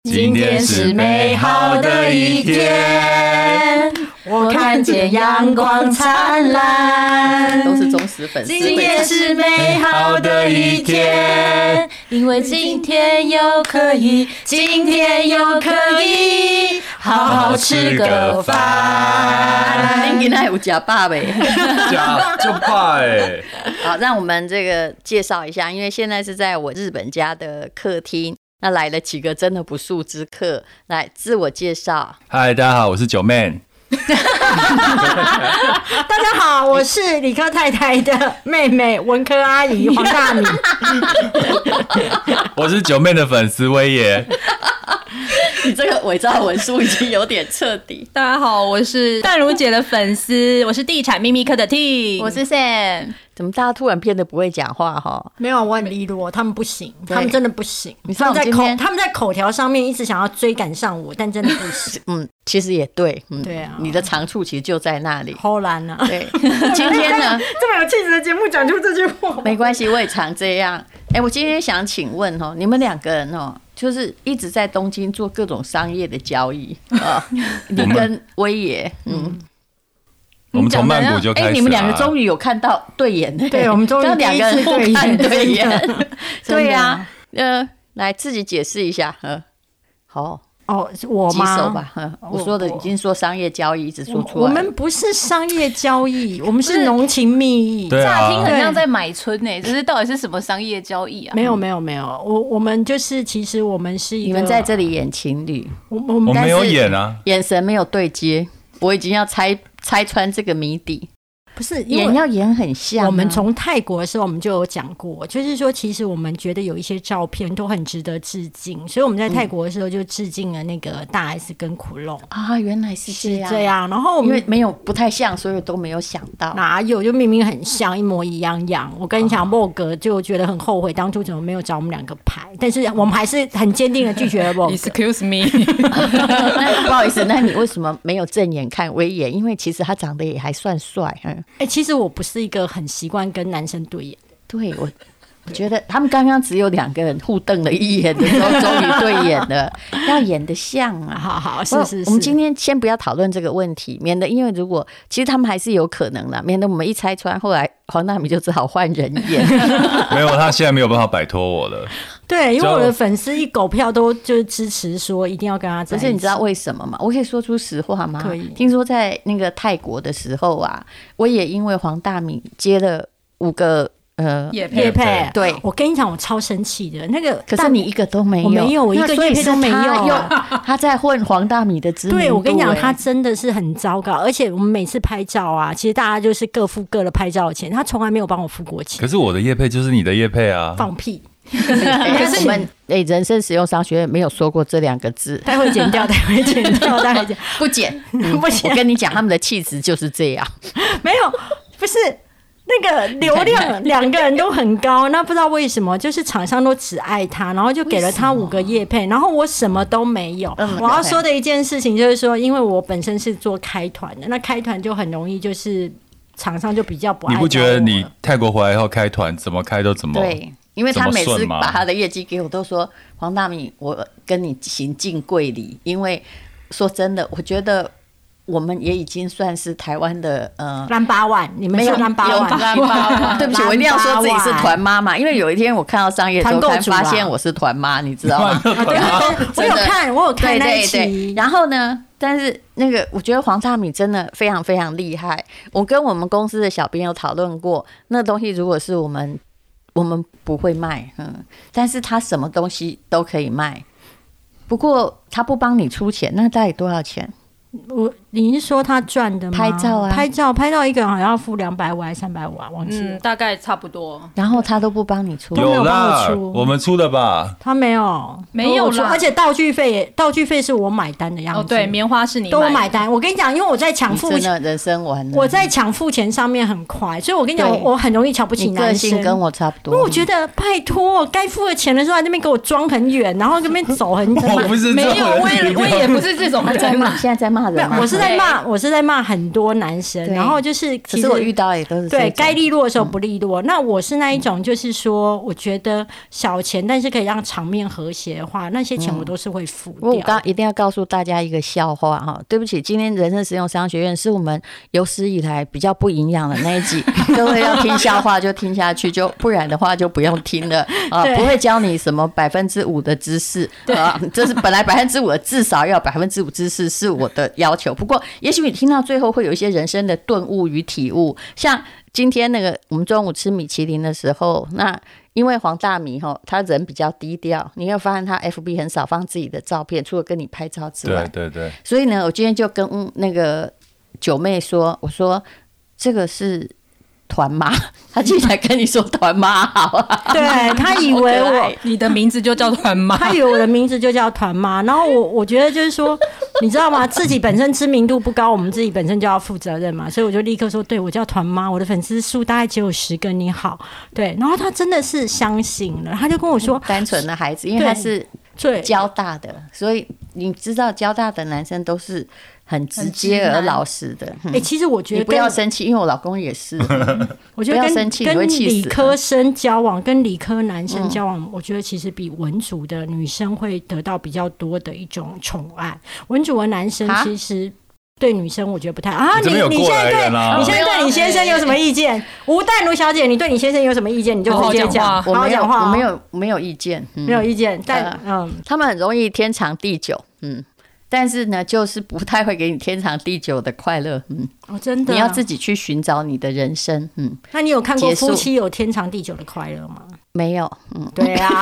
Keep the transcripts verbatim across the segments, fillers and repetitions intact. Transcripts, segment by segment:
今天是美好的一天，我看见阳光灿烂。 都是忠实粉丝。 今天是美好的一天，因为今天又可以，今天又可以好好吃个饭。 你今天有吃饱没？ 假就怕哎。 好，让我们这个介绍一下，因为现在是在我日本家的客厅。那来了几个真的不速之客，来自我介绍。 嗨，大家好，我是九妹。 大家好，我是理科太太的妹妹文科阿姨黄大米。 我是九妹的粉丝威爷。 你这个伪造文书已经有点彻底。 大家好，我是淡如姐的粉丝，我是地产秘密课的 T， 我是 Sam。 怎么大家突然变得不会讲话哈？ 没有，我很利落，他们不行，他们真的不行。 你知道他们在口，他们在口条上面一直想要追赶上我，但真的不行。 嗯，其实也对，嗯， 对啊， 你的长处其实就在那里。 偷懒啊！ 对，今天呢， 这么有气质的节目讲出这句话， 没关系，我也常这样。哎、欸，我今天想请问哦，你们两个人哦，就是一直在东京做各种商业的交易啊、哦，你跟威爷，嗯。 我们从曼谷就开始、啊。哎、 欸，你们两个终于有看到对眼的， 对，我们终于两个人互看对眼，对呀、 啊， 呃，来自己解释一下，呃，好。 哦，我吗？ 举手吧，我说的已经说商业交易，一直说出来。 我们不是商业交易，我们是浓情蜜意。 对啊， 乍听很像在买春呢、欸，只是到底是什么商业交易啊？ 没有没有没有，我我们就是其实我们是一个， 你们在这里演情侣， 我我我没有演啊， 眼神没有对接，我已经要拆拆穿这个谜底。 不是演要演很像、啊。 我们从泰国的时候我们就有讲过，就是说其实我们觉得有一些照片都很值得致敬，所以我们在泰国的时候就致敬了那个大 S 跟苦肉啊，原来是这样。 是这样，然后我们因为没有不太像，所以都没有想到。 哪有，就明明很像，一模一样样。我跟你讲，莫格就觉得很后悔，当初怎么没有找我们两个拍，但是我们还是很坚定的拒绝了莫格。 Excuse me， 不好意思，那你为什么没有正眼看威爷？因为其实他长得也还算帅，嗯。 哎、欸，其实我不是一个很习惯跟男生对眼的。 对，我我觉得他们刚刚只有两个人互瞪了一眼的时候，终于对眼了，要演得像啊！ 好好，是是是。 我们今天先不要讨论这个问题，免得因为如果其实他们还是有可能啦，免得我们一拆穿，后来黄大米就只好换人演。 没有，他现在没有办法摆脱我了。 对，因为我的粉丝一狗票都就是支持说一定要跟他在一起。 可是你知道为什么吗？我可以说出实话吗？ 可以。 听说在那个泰国的时候啊，我也因为黄大米接了五个呃业配，配对， 我跟你讲，我超生气的。那个， 可是你一个都没有， 我没有，我一个业配都没有。 他, 他在混黄大米的知名度。 对，我跟你讲，他真的是很糟糕。而且我们每次拍照啊，其实大家就是各付各的拍照的钱，他从来没有帮我付过钱。 可是我的业配就是你的业配啊！ 放屁！ 可是我们诶，人生实用商学院没有说过这两个字， 待会剪掉，待会剪掉，待会剪， 不剪， 嗯、不剪。 我跟你讲，他们的气质就是这样。 没有，不是那个流量，两个人都很高，那不知道为什么，就是厂商都只爱他，然后就给了他五个业配，然后我什么都没有。我要说的一件事情就是说，因为我本身是做开团的，那开团就很容易就是厂商就比较不爱我。 你不觉得你泰国回来以后开团怎么开都怎么对？因为他每次把他的业绩给我，都说黄大米，我跟你行敬柜礼。因为说真的，我觉得我们也已经算是台湾的呃蓝八万，你们是蓝八万， 蓝八万。对不起，我一定要说自己是团妈妈，因为有一天我看到商业周刊，发现我是团妈，你知道吗？ 我有看，我有看那一期。 对对对，然后呢？但是那个，我觉得黄大米真的非常非常厉害。我跟我们公司的小编有讨论过，那东西如果是我们。我们不会卖，嗯，但是他什么东西都可以卖。不过他不帮你出钱，那到底多少钱？ 我你是说他赚的吗？ 拍照啊， 拍照拍到一个人好像要付两百五还是三百五啊？忘记了、 嗯，大概差不多。 然后他都不帮你出， 有啦，我们出的吧？ 他没有， 没有啦， 而且道具费道具费是我买单的样子。 哦，对，棉花是你买都我买单。我跟你讲，因为我在抢付钱， 真的人生完了。 我在抢付钱上面很快，所以我跟你讲，我很容易瞧不起男生。 你个性跟我差不多。 因为我觉得，拜托，该付的钱的时候，在那边给我装很远，然后那边走很远。 我不是没有，我也我也不是这种人。 在骂，现在在骂人吗？ 我是是在骂，我是在骂很多男生，然后就是其实可是我遇到也都是对该利落的时候不利落。嗯、那我是那一种，就是说，我觉得小钱，但是可以让场面和谐的话，那些钱我都是会付掉。 我刚一定要告诉大家一个笑话哈，对不起，今天人生实用商学院是我们有史以来比较不营养的那一集，各位要听笑话就听下去，就不然的话就不用听了啊，不会教你什么百分之五的知识啊，这是本来百分之五的至少要百分之五知识是我的要求，不过也许你听到最后会有一些人生的顿悟与体悟，像今天那个我们中午吃米其林的时候，那因为黄大米吼，他人比较低调，你会发现他 F B 很少放自己的照片，除了跟你拍照之外， 对对对。 所以呢，我今天就跟那个九妹说，我说这个是团妈，他竟然跟你说团妈好啊？ 对，他以为我你的名字就叫团妈， 他以为我的名字就叫团妈。然后我我觉得就是说，你知道吗？自己本身知名度不高，我们自己本身就要负责任嘛，所以我就立刻说，对，我叫团妈，我的粉丝数大概只有十个，你好，对。然后他真的是相信了，他就跟我说， 单纯的孩子，因为他是交大的，所以你知道交大的男生都是很直接而老实的。哎、 欸，其实我觉得你不要生气，因为我老公也是。 我觉得跟跟理科生交往，跟理科男生交往，嗯、我觉得其实比文组的女生会得到比较多的一种宠爱。文组的男生其实对女生我觉得不太啊。 你你现在对、 啊、 你现在对你先生有什么意见？吴淡如小姐，你对你先生有什么意见？你就直接讲，好好讲话。 我没有没有意见， 嗯、没有意见。但、呃、嗯， 他们很容易天长地久，嗯。但是呢，就是不太会给你天长地久的快乐，嗯， 哦，真的、啊， 你要自己去寻找你的人生，嗯。 那你有看过夫妻有天长地久的快乐吗？ 没有，嗯， 对啊。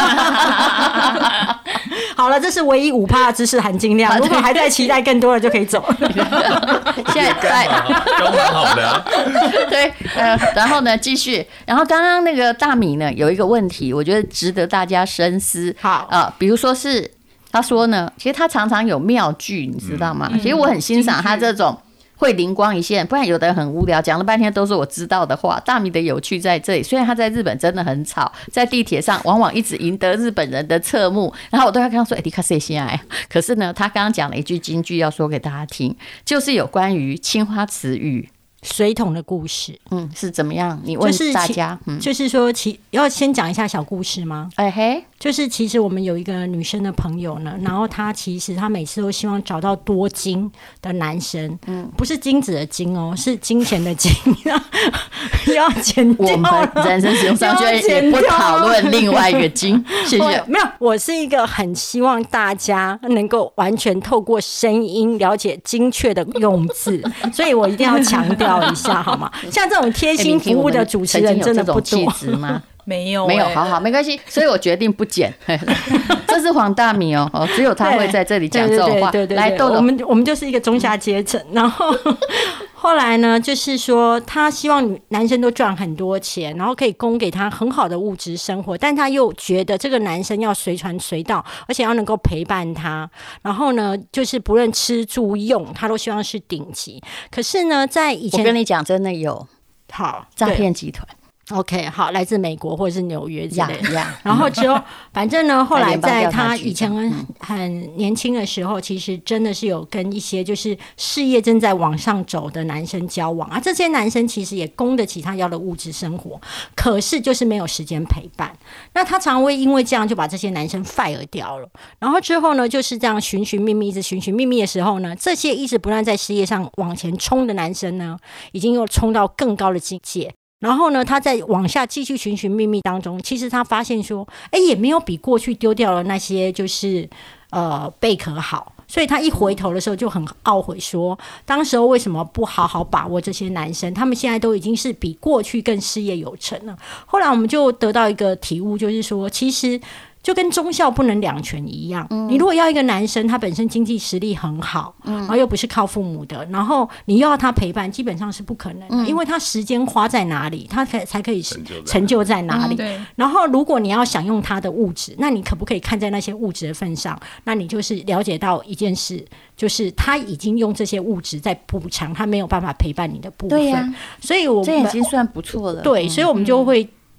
好了，这是唯一五趴的知识含金量。如果还在期待更多的，就可以走。 现在在都蛮好的、啊。 对，呃，然后呢，继续。然后刚刚那个大米呢，有一个问题，我觉得值得大家深思。 好啊、 呃，比如说是。他说呢，其实他常常有妙句，你知道吗？嗯、其实我很欣赏他这种会灵光一现，不然有的人很无聊，讲了半天都是我知道的话。大米的有趣在这里，虽然他在日本真的很吵，在地铁上往往一直赢得日本人的侧目，然后我都要跟他说：“哎、欸，你看谁先来？”可是呢，他刚刚讲了一句金句，要说给大家听，就是有关于青花瓷语。 水桶的故事， 嗯，是怎么样？你问大家， 就是、嗯、就是说，其要先讲一下小故事吗？ 哎嘿， 就是其实我们有一个女生的朋友呢，然后她其实她每次都希望找到多金的男生，嗯，不是金子的金哦，是金钱的金，要剪掉。 我们人生使用商学院也不讨论另外一个金，谢谢。 没有，我是一个很希望大家能够完全透过声音了解精确的用字，所以我一定要强调。一下好吗？像这种贴心服务的主持人真的不多吗？ 没有、欸， 没有，好好，没关系。所以我决定不剪。这是黄大米哦，只有他会在这里讲这种话。 对对对对对来，豆豆， 我们我们就是一个中下阶层。然后后来呢，就是说他希望男生都赚很多钱，然后可以供给他很好的物质生活，但他又觉得这个男生要随传随到，而且要能够陪伴他。然后呢，就是不论吃住用，他都希望是顶级。可是呢，在以前， 我跟你讲，真的有好诈骗集团。 OK， 好，来自美国或者是纽约之类的。Yeah, yeah, 然后之后，反正呢，后来在他以前很很年轻的时候，其实真的是有跟一些就是事业正在往上走的男生交往啊。这些男生其实也供得起他要的物质生活，可是就是没有时间陪伴。那他常会因为这样就把这些男生 fire 掉了。然后之后呢，就是这样寻寻觅觅，一直寻寻觅觅的时候呢，这些一直不断在事业上往前冲的男生呢，已经又冲到更高的境界。然后呢，他在往下继续寻寻觅觅当中，其实他发现说，哎，也没有比过去丢掉了那些就是呃贝壳好，所以他一回头的时候就很懊悔说，当时候为什么不好好把握这些男生？他们现在都已经是比过去更事业有成了。后来我们就得到一个体悟，就是说，其实就跟忠孝不能两全一样、嗯、你如果要一个男生他本身经济实力很好、嗯、然后又不是靠父母的，然后你又要他陪伴，基本上是不可能的、嗯、因为他时间花在哪里他才可以成就在哪里、嗯、然后如果你要享用他的物质，那你可不可以看在那些物质的份上，那你就是了解到一件事，就是他已经用这些物质在补偿他没有办法陪伴你的部分。 对呀、啊， 所以我们这已经算不错了。 对、嗯、所以我们就会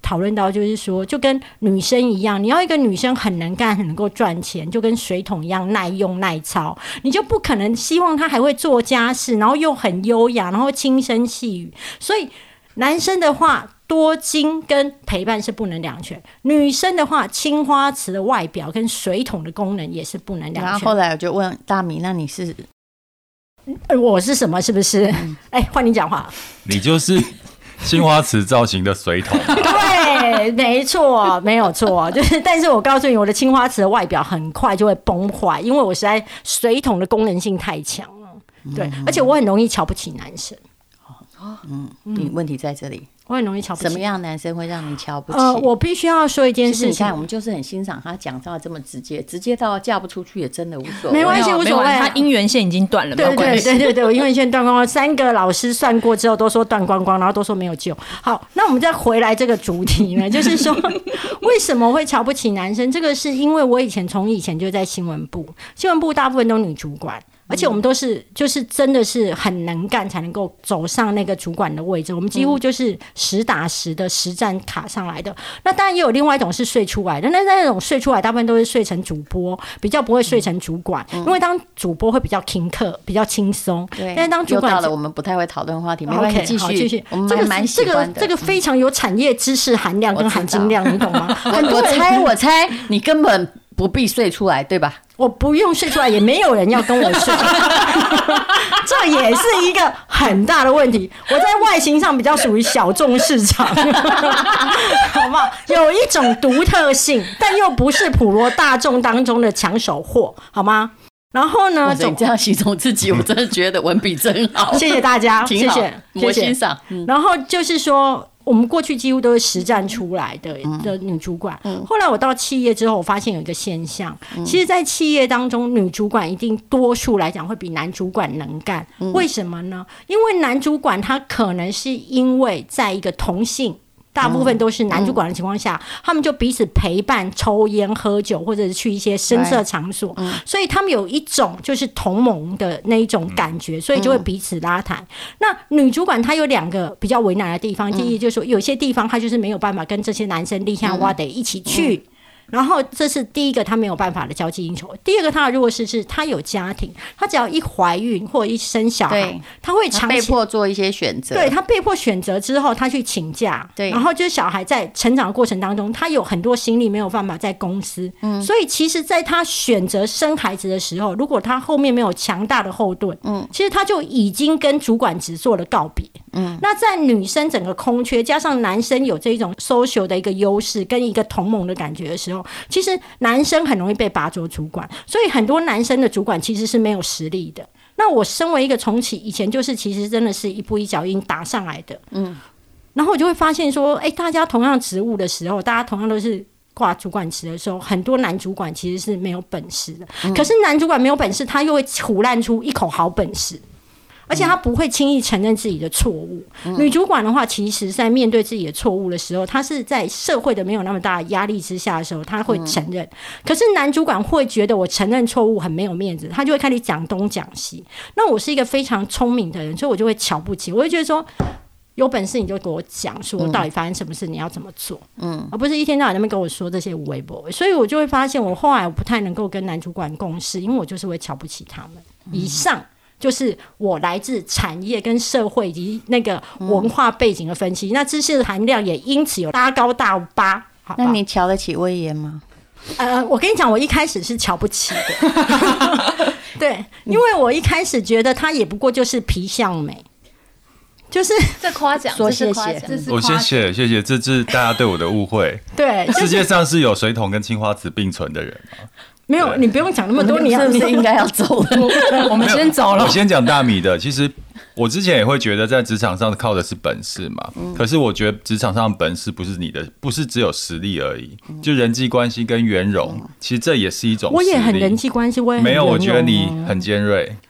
讨论到，就是说，就跟女生一样，你要一个女生很能干、很能够赚钱，就跟水桶一样耐用耐操，你就不可能希望她还会做家事，然后又很优雅，然后轻声细语。所以男生的话，多金跟陪伴是不能两全；女生的话，青花瓷的外表跟水桶的功能也是不能两全。 然后后来我就问大米，那你是？ 我是什么？是不是？哎、嗯，换你讲话。 你就是青花瓷造型的水桶。 对，没错，没有错。就是，但是我告诉你，我的青花瓷的外表很快就会崩坏，因为我实在水桶的功能性太强了。对，嗯、而且我很容易瞧不起男生。 嗯，你问题在这里。 我很容易瞧不起。 什么样的男生会让你瞧不起？ 呃，我必须要说一件事情。 你看，我们就是很欣赏他讲到这么直接，直接到嫁不出去也真的无所谓。 没关系，无所谓。 他姻缘线已经断了，没有关系。 对对对对，我姻缘线断光光，三个老师算过之后都说断光光，然后都说没有救。好，那我们再回来这个主题呢，就是说为什么会瞧不起男生？这个是因为我以前从以前就在新闻部，新闻部大部分都女主管。而且我们都是就是真的是很能干才能够走上那个主管的位置，我们几乎就是实打实的实战卡上来的。那当然也有另外一种是睡出来的，那那种睡出来大部分都是睡成主播，比较不会睡成主管，因为当主播会比较轻客，比较轻松。 对， 但是当主管又到了我们不太会讨论话题，没关系，继续继续。我们还蛮喜欢的， 这个这个非常有产业知识含量跟含金量，你懂吗？ 我我猜我猜你根本不必睡出来，对吧？ 我不用睡出来，也没有人要跟我睡，这也是一个很大的问题。我在外形上比较属于小众市场，好不好？有一种独特性，但又不是普罗大众当中的抢手货，好吗？然后呢？ 你这样形容自己，我真的觉得文笔真好。 谢谢大家， 谢谢，我欣赏。 嗯、然后就是说。我们过去几乎都是实战出来的的女主管，嗯、后来我到企业之后，我发现有一个现象，嗯、其实，在企业当中，女主管一定多数来讲会比男主管能干。嗯、为什么呢？因为男主管他可能是因为在一个同性。大部分都是男主管的情况下，嗯、他们就彼此陪伴、抽烟、喝酒，或者是去一些声色场所，嗯、所以他们有一种就是同盟的那一种感觉，所以就会彼此拉抬。嗯、那女主管她有两个比较为难的地方，嗯、第一就是说，有些地方她就是没有办法跟这些男生立下哇得一起去。嗯嗯然后这是第一个他没有办法的交际应酬。第二个他的弱势是他有家庭，他只要一怀孕或者一生小孩，他会长期被迫做一些选择。 对，他被迫选择之后，他去请假。对，然后就是小孩在成长的过程当中，他有很多心力没有办法在公司。嗯，所以其实在他选择生孩子的时候，如果他后面没有强大的后盾，嗯，其实他就已经跟主管职做了告别。嗯，那在女生整个空缺，加上男生有这种 social 的一个优势跟一个同盟的感觉的时候，其实男生很容易被拔做主管，所以很多男生的主管其实是没有实力的。那我身为一个重启，以前就是其实真的是一步一脚印打上来的，嗯，然后我就会发现说，哎、欸，大家同样职务的时候，大家同样都是挂主管职的时候，很多男主管其实是没有本事的，嗯、可是男主管没有本事，他又会唬烂出一口好本事。而且他不会轻易承认自己的错误。嗯、女主管的话，其实在面对自己的错误的时候，她是在社会的没有那么大的压力之下的时候，她会承认。嗯、可是男主管会觉得我承认错误很没有面子，他就会开始讲东讲西。那我是一个非常聪明的人，所以我就会瞧不起，我会觉得说，有本事你就给我讲，说到底发生什么事，你要怎么做，嗯，而不是一天到晚那边跟我说这些无微不微。所以我就会发现，我后来我不太能够跟男主管共事，因为我就是会瞧不起他们。以上。就是我来自产业跟社会以及那个文化背景的分析，嗯、那知识含量也因此有拉高大八。 那你瞧得起威严吗？ 呃，我跟你讲，我一开始是瞧不起的，对，因为我一开始觉得他也不过就是皮相美。就是这夸奖， 说谢谢， 我谢谢谢谢，这是大家对我的误会。 对，就是、 世界上是有水桶跟青花瓷并存的人吗？ 没有，你不用讲那么多，你是不是应该要走了？ 我们先走了。 我先讲大米的。其实我之前也会觉得，在职场上靠的是本事嘛。嗯、可是我觉得职场上的本事不是你的，不是只有实力而已，嗯、就人际关系跟圆融，嗯、其实这也是一种实力。 我也很人际关系，我也很圆融、哦、 没有，我觉得你很尖锐。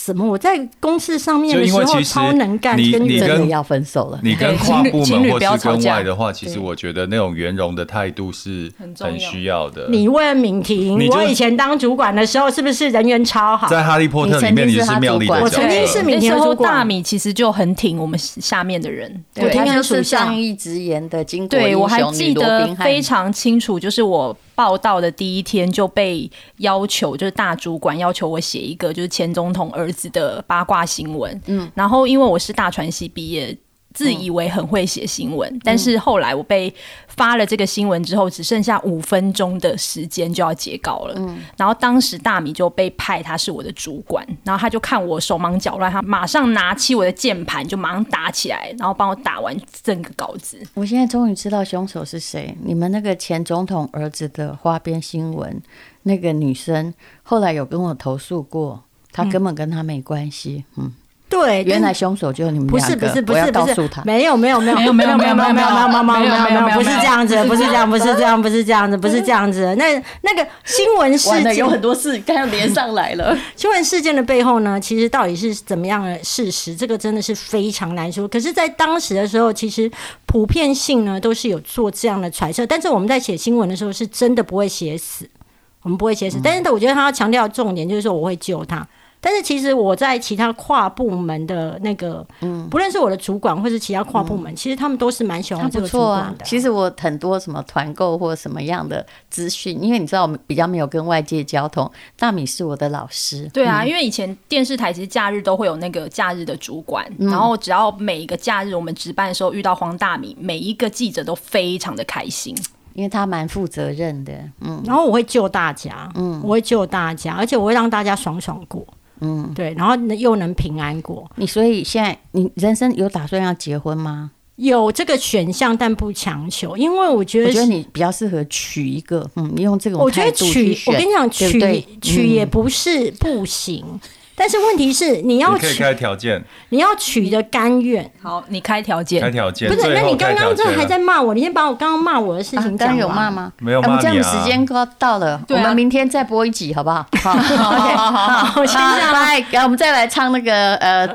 什么？我在公事上面的时候就因为其实超能干， 你你跟女人真的要分手了。 你跟跨部门或情侣不要是跟吵架外的话，其实我觉得那种圆融的态度是很需要的。 你问敏婷你，就我以前当主管的时候是不是人缘超好？ 在哈利波特里面，你就是妙丽的角色。 我曾经是敏婷的那时候主管。 大米其实就很挺我们下面的人， 对， 听他他就是属下仗义直言的巾帼英雄对我还记女罗得宾汉非常清楚，就是我报道的第一天就被要求，就是大主管要求我写一个就是前总统儿子的八卦新闻。嗯，然后因为我是大传系毕业，自以为很会写新闻，嗯、但是后来我被发了这个新闻之后，只剩下五分钟的时间就要截稿了。嗯，然后当时大米就被派他是我的主管，然后他就看我手忙脚乱，他马上拿起我的键盘就马上打起来，然后帮我打完整个稿子。 我现在终于知道凶手是谁。你们那个前总统儿子的花边新闻，那个女生后来有跟我投诉过，她根本跟他没关系。嗯。 对， 原来凶手就是你们两个， 不是不是不我要是不是告诉他， 没有没有没有没有没有没有没有没有没有没有没有没有，不是这样子，不是这样，不是这样，不是这样子，不是这样子。那那个新闻事件有很多事刚要连上来了。 新闻事件的背后呢，其实到底是怎么样的事实，这个真的是非常难说。可是，在当时的时候，其实普遍性呢都是有做这样的揣测，但是我们在写新闻的时候，是真的不会写死，我们不会写死。但是我觉得他要强调的重点就是说，我会救他。但是其实我在其他跨部门的那个，嗯，不论是我的主管或是其他跨部门，嗯、其实他们都是蛮喜欢这个主管的。啊、 其实我很多什么团购或什么样的资讯，因为你知道我们比较没有跟外界交通。大米是我的老师， 对啊， 嗯、 因为以前电视台其实假日都会有那个假日的主管，嗯、然后只要每一个假日我们值班的时候遇到黄大米，每一个记者都非常的开心。 因为他蛮负责任的，嗯， 然后我会救大家，嗯，我会救大家，而且我会让大家爽爽过。嗯，对，然后又能平安过。 你所以现在你人生有打算要结婚吗？ 有这个选项，但不强求，因为我觉得， 我觉得你比较适合娶一个，嗯，你用这种态度去选。 我觉得娶，我跟你讲，娶对对娶也不是不行。嗯，但是问题是，你要你可以开条件， 你要取的甘愿。 好，你开条件， 开条件。 不是，那你刚刚这还在骂我，你先把我刚刚骂我的事情讲完。 刚有骂吗？ 没有骂你啊。 我们这样时间快到了，我们明天再播一集好不好？好，好，好，好，先这样。来，然后我们再来唱那个呃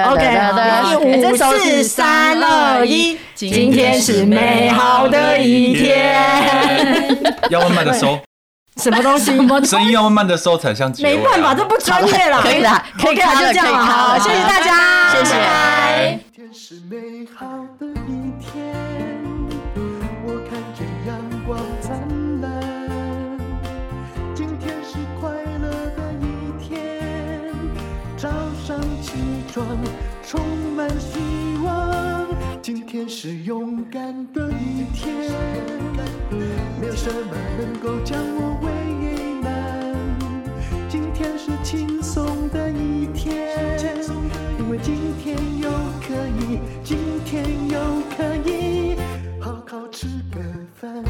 ，OK， 五四三二一，今天是美好的一天。 要慢慢的收。 什么东西？ 声音要慢慢的收才像结尾。 没办法，这不专业了。 可以啦，可以卡了， 就这样了。好，谢谢大家， 谢谢。 今天是美好的一天，我看见阳光灿烂。今天是快乐的一天，早上起床充满希望。今天是勇敢的一天，没有什么能够将我为难。今天是轻松的一天，因为今天又可以，今天又可以好好吃个饭。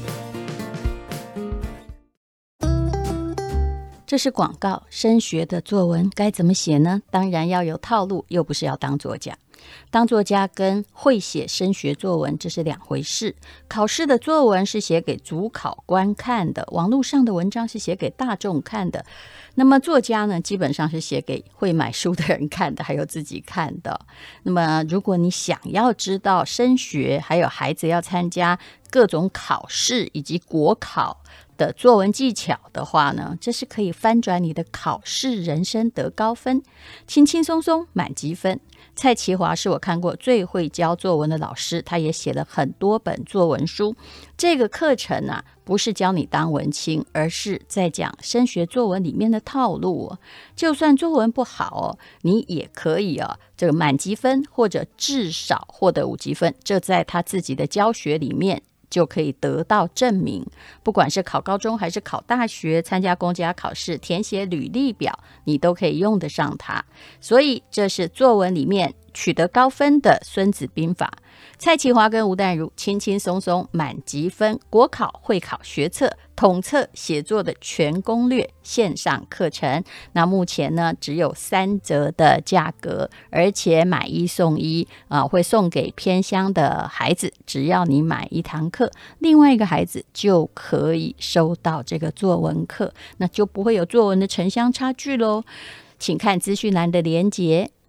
这是广告，升学的作文该怎么写呢？当然要有套路，又不是要当作家。当作家跟会写升学作文这是两回事。考试的作文是写给主考官看的，网络上的文章是写给大众看的。那么作家呢，基本上是写给会买书的人看的，还有自己看的。那么如果你想要知道升学，还有孩子要参加各种考试以及国考的作文技巧的话呢，这是可以翻转你的考试人生得高分，轻轻松松满积分。蔡其华是我看过最会教作文的老师，他也写了很多本作文书。这个课程啊，不是教你当文青，而是在讲升学作文里面的套路哦。就算作文不好哦，你也可以哦，这个满积分或者至少获得五积分，这在他自己的教学里面就可以得到证明。不管是考高中还是考大学，参加公家考试，填写履历表，你都可以用得上它。所以这是作文里面取得高分的孙子兵法。蔡其华跟吴淡如轻轻松松满积分，国考、会考学测、统测写作的全攻略线上课程。那目前呢，只有三折的价格，而且买一送一啊、呃，会送给偏乡的孩子，只要你买一堂课，另外一个孩子就可以收到这个作文课，那就不会有作文的城乡差距咯。 请看资讯栏的连结。